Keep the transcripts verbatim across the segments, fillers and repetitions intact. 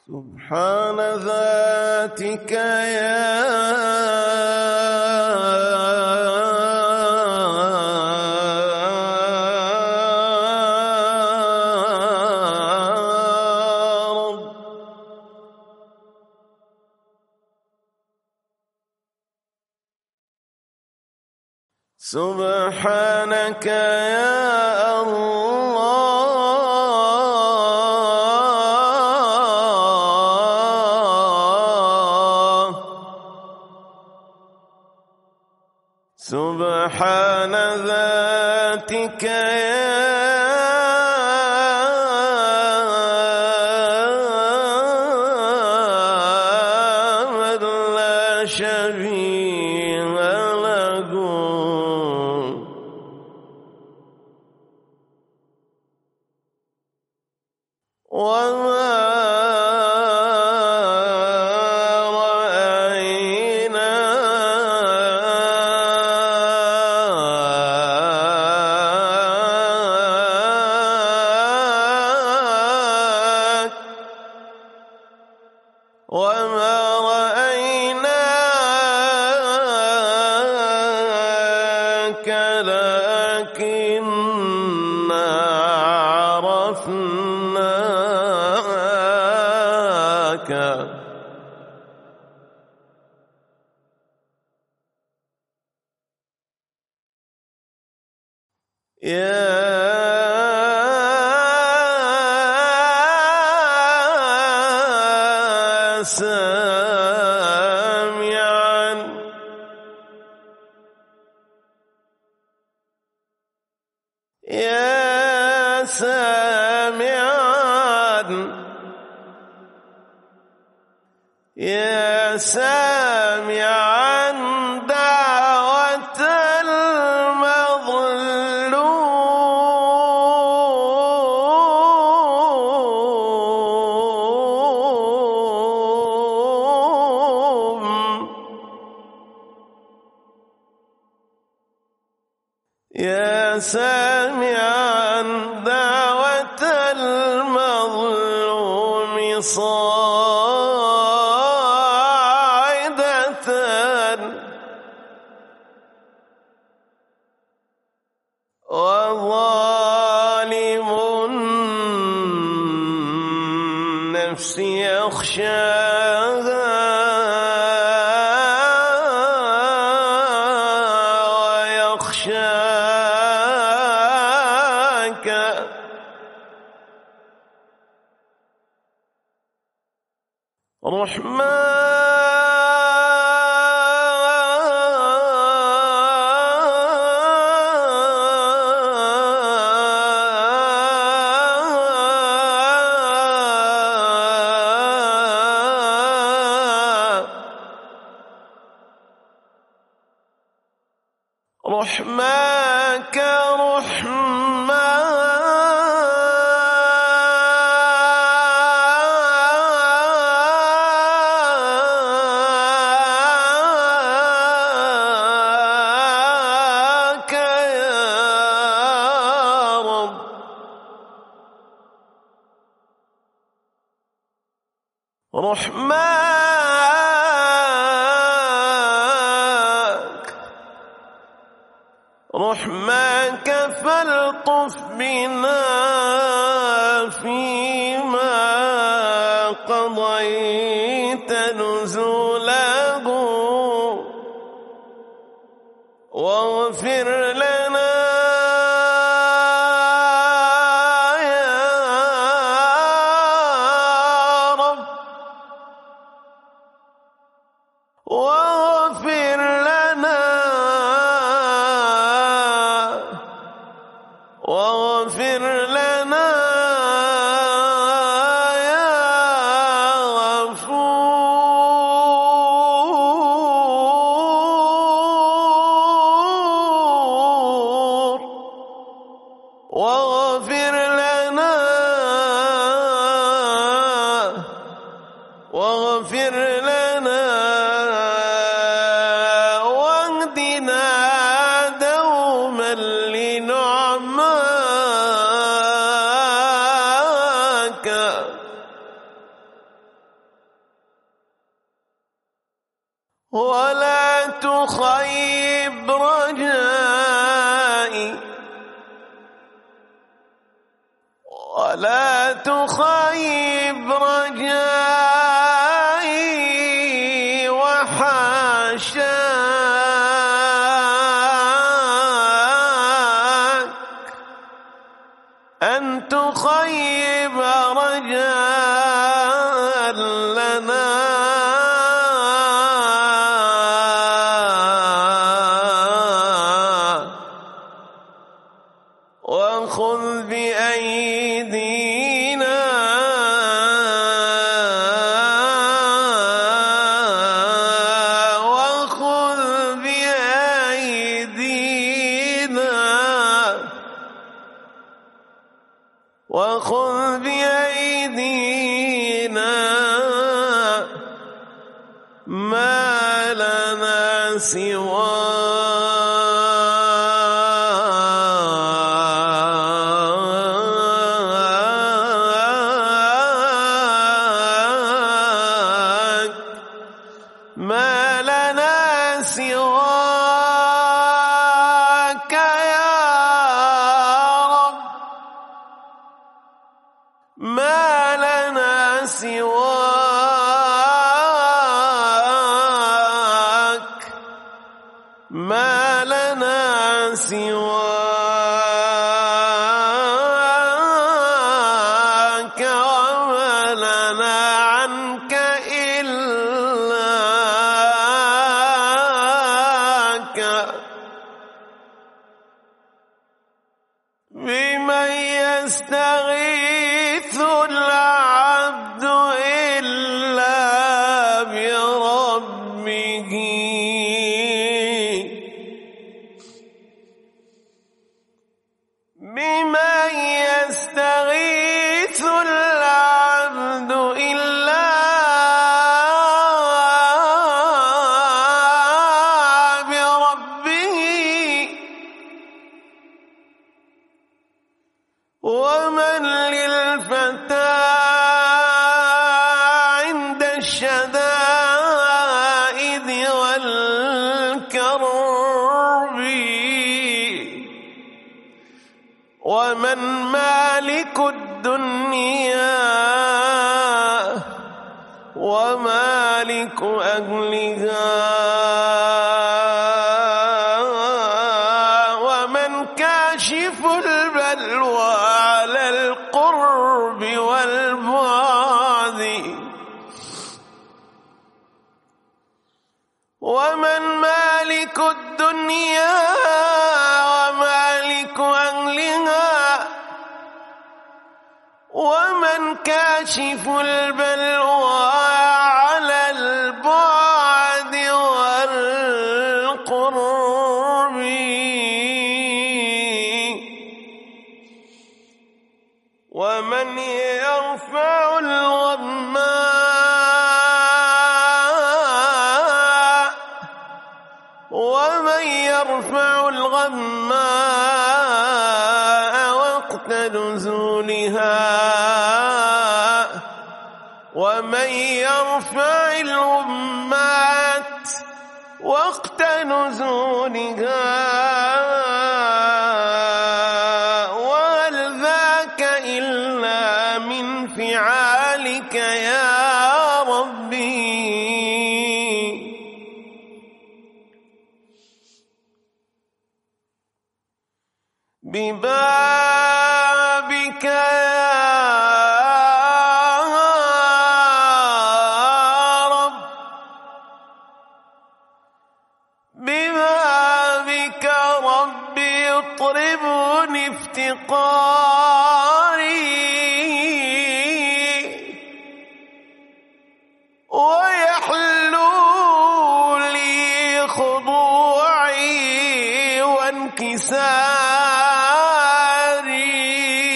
سبحان ذاتك يا رب. سبحانك يا الله. سبحان ذاتك يا من لا شبيه له. وما وما رأيناك لكننا عرفناك. يا سامعا يا سامعا يا سامعا دعوة يا سامعا دعوة المظلوم صاعدة وظالم النفس يخشاها ويخشاك. رحماك رحماك يا رب. رحماك رحماك فالطف بنا فيما قضيت نزوله واغفر لنا يا رب. واغفر لنا واغفر لنا يا غفور. واغفر لنا واغفر لنا واهدنا دوما لنعماك. ولا تخيب رجائي ولا تخيب رجائي وحاشاك أن تخيب رجاء لنا وخذ بأيدينا وخذ بأيدينا وخذ بأيدينا ما لنا سواك ما لنا سواك يا رب ما لنا سواك ما لنا سواك وما لنا عنك إلاك بمن يستغيث العبد إلا بربه بمن يستغيث العبد إلا بربه ومن للفتى عند الشدائد والكرب ومن مالك الدنيا ومالك أهلها ومن كاشف البلوى على القرب والبعد ومن مالك الدنيا ومالك أهلها ومن كاشف البلوى على البعد والقرب ومن يرفع الغماء ومن يرفع الغماء وقت نزولها ومن يرفع الغمات وقت نزولها وهل ذاك إلا من فعالك يا ربي ببابك يا رب ببابك ربي اطربني افتقاري ويحلو لي خضوعي وانكساري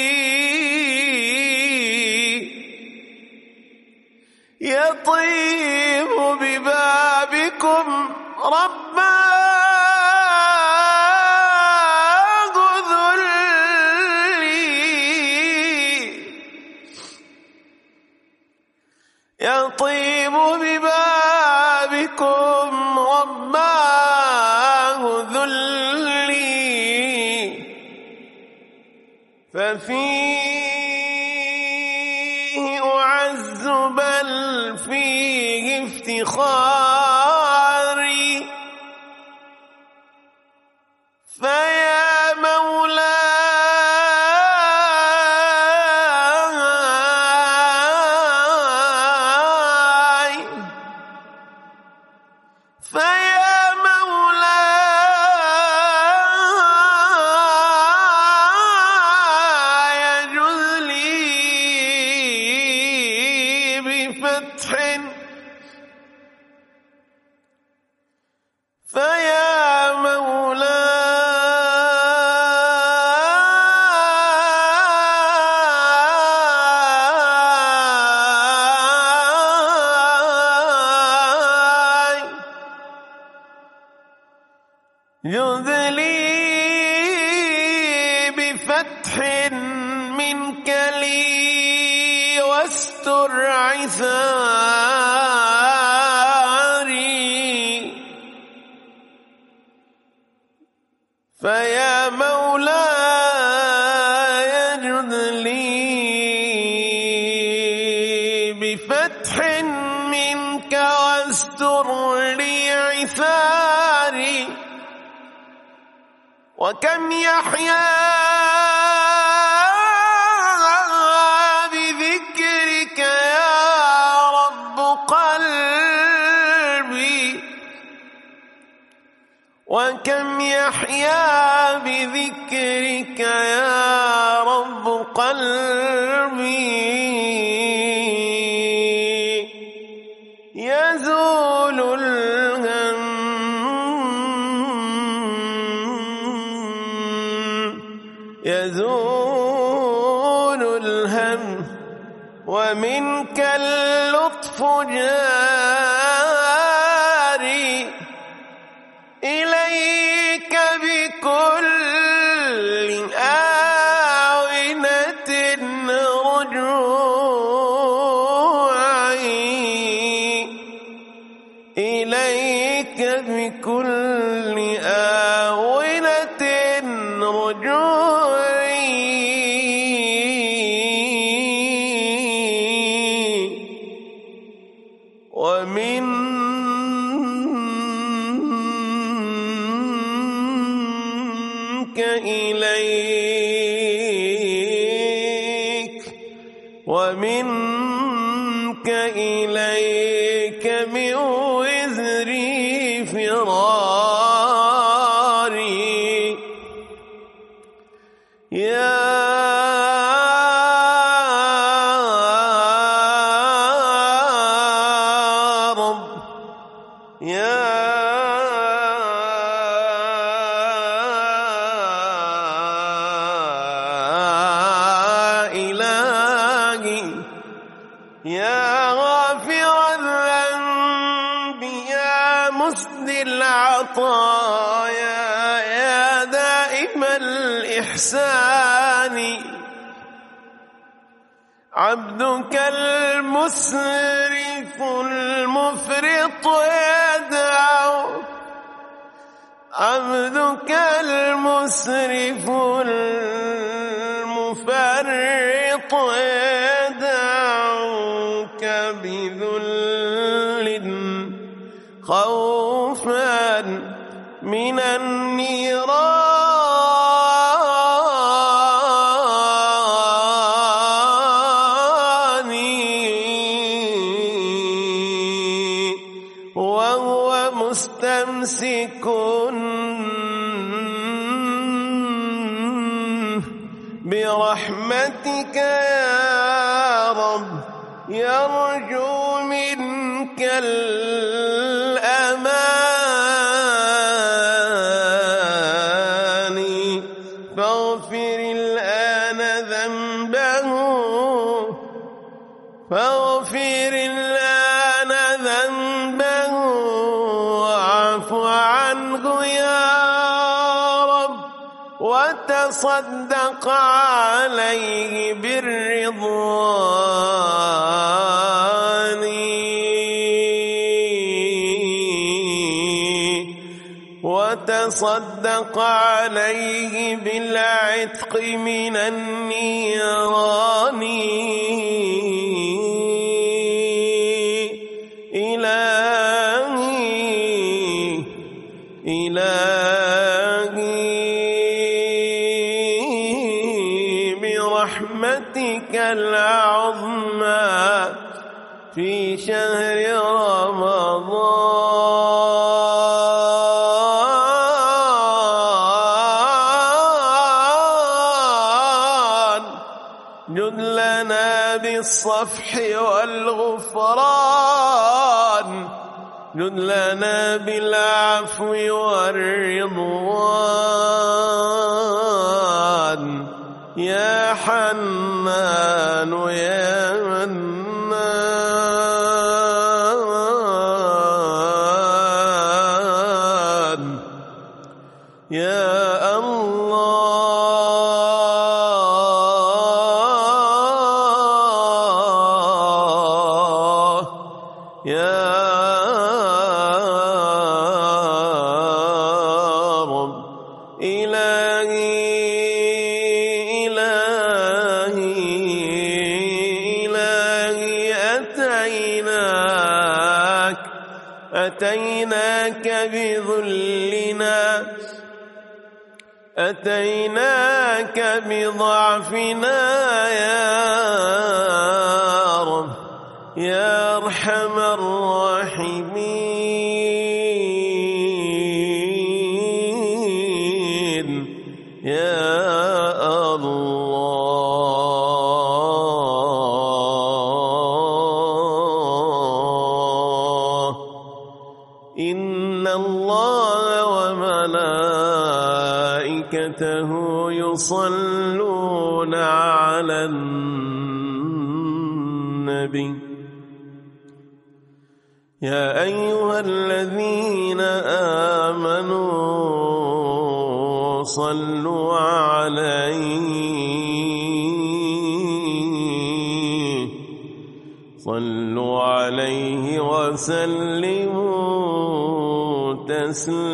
يطيب ببابكم رباه ذلي يطيب ببابكم فيه أعز بل فيه افتخاري فيا مولاي فيا مولاي جذ لي بفتح فيا مولاي جذ لي بفتح منك لي واستر عثاري فيا مولاي جذ لي بفتح منك واستر لي عثاري وكم يحيا بذكرك يا رب قلبي وكم يحيا بذكرك يا رب قلبي يزول الهم يزول الهم ومنك اللطف جاري إليك بكل آونة رجوعي إليك بكل آونة رجوعي ومنك إليك ومنك إليك من وزري فراري يا رب يا إلهي يا غافر الذنب يا مسدي العطايا يا دائم الإحسان عبدك المسرف المفرط يدعو عبدك المسرف المفرط يدعوك بذل خوفا من النيران وهو مستمسك برحمتك يا رب يرجو منك الأمان فاغفر الآن ذنبه فاغفر الآن ذنبه واعف عنه يا رب وتصدق عليه بالرضوان وتصدق عليه بالعتق من النيران في شهر رمضان جد لنا بالصفح والغفران جد لنا بالعفو والرضوان يا حنان يا منان يا الله يا رب إلهي إلهي إلهي أتيناك أتيناك بذلنا أتيناك بضعفنا يا رب يا أرحم الراحمين يا الله إن الله وملائكته يصلون على النبي يا أيها الذين آمنوا صلوا عليه صلوا عليه وسلموا تسليما